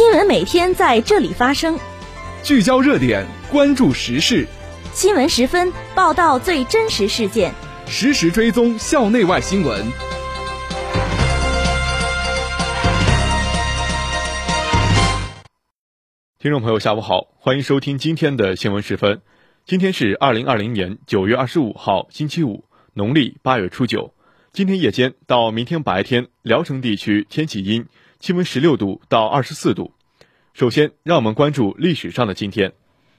新闻每天在这里发生， 聚焦热点，关注时事。 新闻10分，报道最真实事件， 实时追踪校内外新闻。 听众朋友，下午好，欢迎收听今天的新闻10分。今天是2020年9月25号，星期五，农历8月初9。今天夜间到明天白天，聊城地区天气阴，气温16度到24度。首先，让我们关注历史上的今天。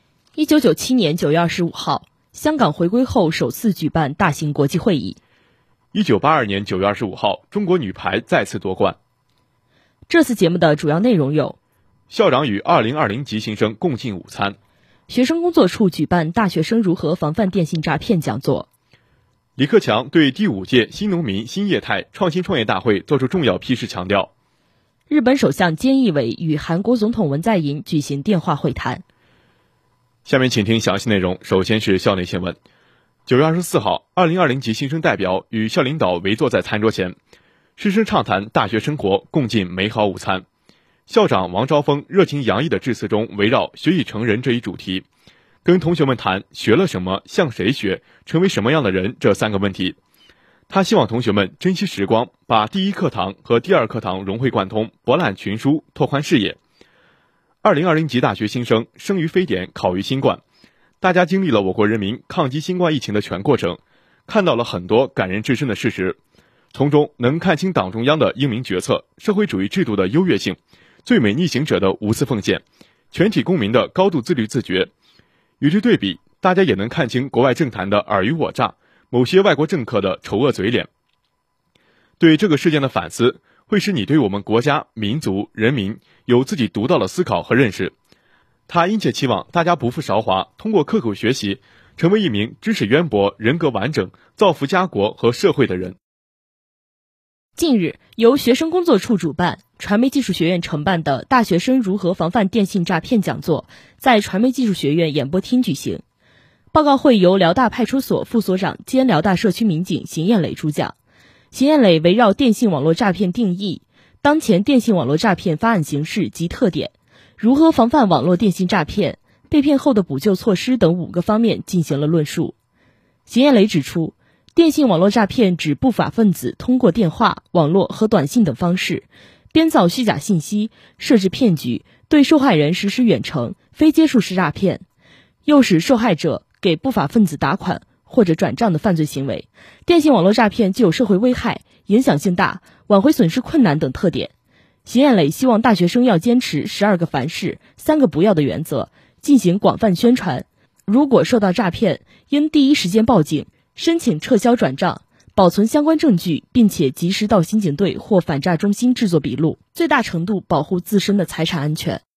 1997年9月25号，香港回归后首次举办大型国际会议。 1982年9月25号，中国女排再次夺冠。 这次节目的主要内容有： 校长与2020级新生共进午餐； 学生工作处举办大学生如何防范电信诈骗讲座； 李克强对第5届新农民新业态创新创业大会作出重要批示强调； 日本首相菅义伟与韩国总统文在寅举行电话会谈。 下面请听详细内容。首先是校内新闻。9月24号，2020级新生代表与校领导围坐在餐桌前，师生畅谈大学生活，共进美好午餐。校长王昭峰热情洋溢的致辞中，围绕学以成人这一主题，跟同学们谈学了什么，向谁学，成为什么样的人这3个问题。他希望同学们珍惜时光，把第一课堂和第2课堂融会贯通，博览群书，拓宽视野。2020级大学新生生于非典，考于新冠，大家经历了我国人民抗击新冠疫情的全过程，看到了很多感人至深的事实，从中能看清党中央的英明决策，社会主义制度的优越性，最美逆行者的无私奉献，全体公民的高度自律自觉。与之对比，大家也能看清国外政坛的尔虞我诈，某些外国政客的丑恶嘴脸。对这个事件的反思，会使你对我们国家、民族、人民有自己独到的思考和认识。他殷切期望大家不负韶华，通过刻苦学习，成为一名知识渊博、人格完整、造福家国和社会的人。 近日，由学生工作处主办、传媒技术学院承办的大学生如何防范电信诈骗讲座在传媒技术学院演播厅举行。报告会由辽大派出所副所长兼辽大社区民警邢艳磊主讲。邢艳磊围绕电信网络诈骗定义、当前电信网络诈骗发案形式及特点、如何防范网络电信诈骗、被骗后的补救措施等5个方面进行了论述。邢艳磊指出，电信网络诈骗指不法分子通过电话、网络和短信等方式，编造虚假信息，设置骗局，对受害人实施远程、非接触式诈骗，诱使受害者给不法分子打款或者转账的犯罪行为。电信网络诈骗具有社会危害、影响性大、挽回损失困难等特点。邢艳磊希望大学生要坚持12个凡是、3个不要的原则，进行广泛宣传。如果受到诈骗，应第一时间报警，申请撤销转账，保存相关证据，并且及时到刑警队或反诈中心制作笔录，最大程度保护自身的财产安全。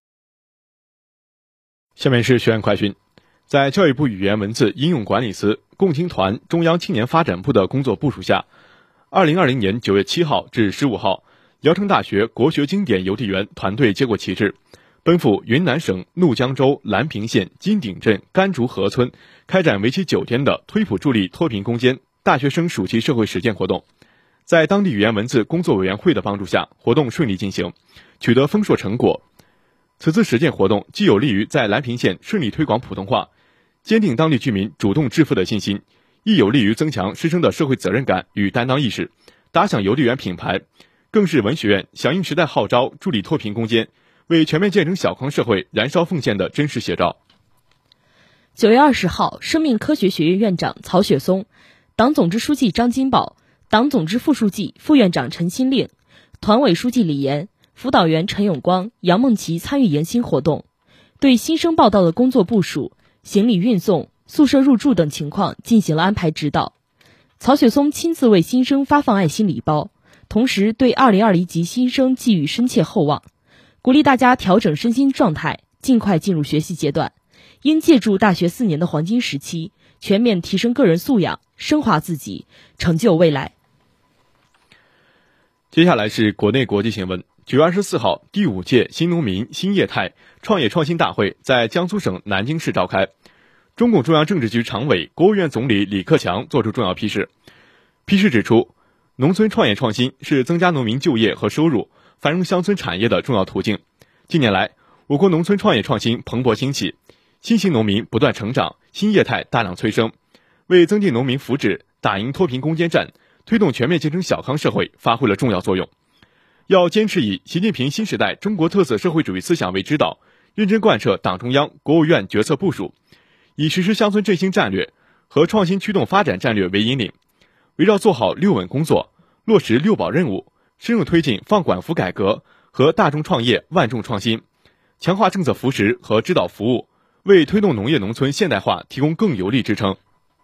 下面是学院快讯。在教育部语言文字应用管理司、共青团中央青年发展部的工作部署下，2020年9月7号至15号，聊城大学国学经典邮递员团队接过旗帜，奔赴云南省怒江州兰平县金鼎镇甘竹河村，开展为期9天的推普助力脱贫攻坚大学生暑期社会实践活动。在当地语言文字工作委员会的帮助下，活动顺利进行，取得丰硕成果。此次实践活动既有利于在兰平县顺利推广普通话，坚定当地居民主动致富的信心，亦有利于增强师生的社会责任感与担当意识，打响邮递员品牌，更是文学院响应时代号召，助力脱贫攻坚，为全面建成小康社会燃烧奉献的真实写照。 9月20号，生命科学学院院长曹雪松、党总支书记张金宝、党总支副书记、副院长陈新令、团委书记李岩、辅导员陈永光、杨梦琪参与迎新活动，对新生报到的工作部署、行李运送、宿舍入住等情况进行了安排指导。曹雪松亲自为新生发放爱心礼包，同时对2021级新生寄予深切厚望，鼓励大家调整身心状态，尽快进入学习阶段，应借助大学4年的黄金时期，全面提升个人素养，升华自己，成就未来。 接下来是国内国际新闻。9月24号，第5届新农民新业态创业创新大会在江苏省南京市召开。中共中央政治局常委、国务院总理李克强作出重要批示。批示指出，农村创业创新是增加农民就业和收入、繁荣乡村产业的重要途径。 近年来，我国农村创业创新蓬勃兴起，新型农民不断成长，新业态大量催生，为增进农民福祉、打赢脱贫攻坚战、推动全面建成小康社会发挥了重要作用。要坚持以习近平新时代中国特色社会主义思想为指导，认真贯彻党中央、国务院决策部署，以实施乡村振兴战略和创新驱动发展战略为引领，围绕做好6稳工作，落实6保任务，深入推进放管服改革和大众创业、万众创新，强化政策扶持和指导服务，为推动农业农村现代化提供更有力支撑。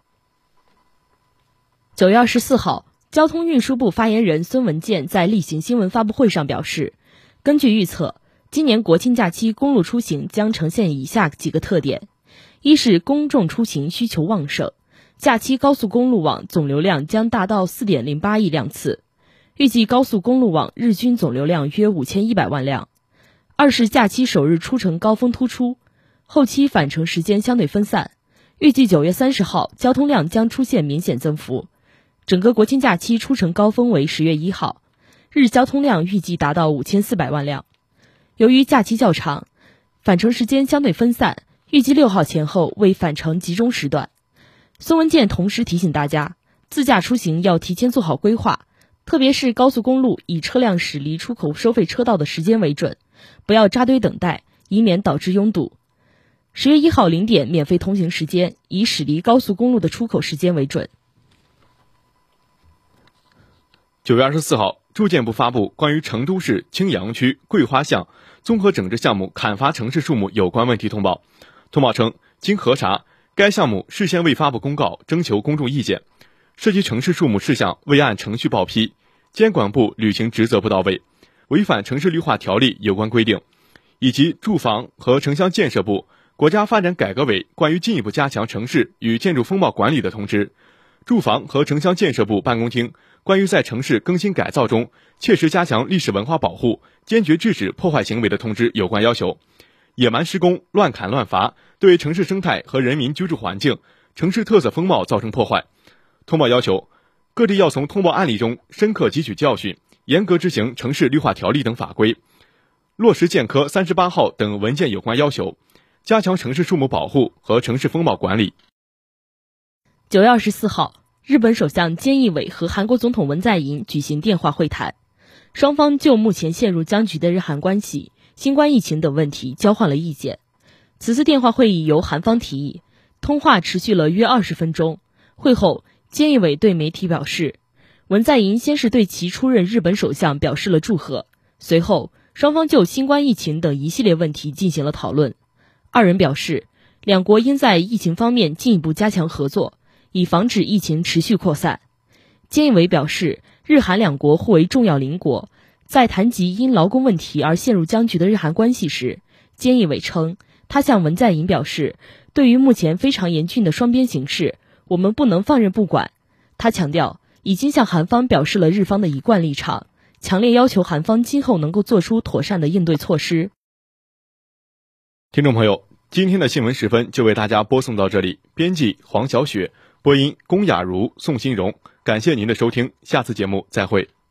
9月24号，交通运输部发言人孙文健在例行新闻发布会上表示，根据预测，今年国庆假期公路出行将呈现以下几个特点：一是公众出行需求旺盛，假期高速公路网总流量将达到 4.08 亿辆次，预计高速公路网日均总流量约5100万辆；二是假期首日出城高峰突出，后期返程时间相对分散，预计9月30号交通量将出现明显增幅。整个国庆假期出城高峰为10月1号，日交通量预计达到5400万辆。由于假期较长，返程时间相对分散，预计6号前后为返程集中时段。孙文健同时提醒大家，自驾出行要提前做好规划，特别是高速公路以车辆驶离出口收费车道的时间为准，不要扎堆等待，以免导致拥堵。10月1号0点免费通行时间以驶离高速公路的出口时间为准。 9月24号，住建部发布关于成都市青羊区桂花巷综合整治项目砍伐城市树木有关问题通报。通报称，经核查，该项目事先未发布公告征求公众意见，涉及城市树木事项未按程序报批，监管部履行职责不到位，违反城市绿化条例有关规定，以及住房和城乡建设部、国家发展改革委关于进一步加强城市与建筑风貌管理的通知，住房和城乡建设部办公厅关于在城市更新改造中切实加强历史文化保护、坚决制止破坏行为的通知有关要求。野蛮施工、乱砍乱伐对城市生态和人民居住环境、城市特色风貌造成破坏。通报要求，各地要从通报案例中深刻汲取教训，严格执行城市绿化条例等法规，落实建科38号等文件有关要求，加强城市树木保护和城市风貌管理。 9月24号，日本首相菅义伟和韩国总统文在寅举行电话会谈，双方就目前陷入僵局的日韩关系、新冠疫情等问题交换了意见。此次电话会议由韩方提议，通话持续了约20分钟。会后，菅义伟对媒体表示，文在寅先是对其出任日本首相表示了祝贺，随后双方就新冠疫情等一系列问题进行了讨论。二人表示，两国应在疫情方面进一步加强合作，以防止疫情持续扩散。菅义伟表示，日韩两国互为重要邻国，在谈及因劳工问题而陷入僵局的日韩关系时，菅义伟称，他向文在寅表示，对于目前非常严峻的双边形势，我们不能放任不管。他强调，已经向韩方表示了日方的一贯立场，强烈要求韩方今后能够做出妥善的应对措施。 听众朋友，今天的新闻时分就为大家播送到这里，编辑黄小雪，播音龚雅茹、宋新荣，感谢您的收听，下次节目再会。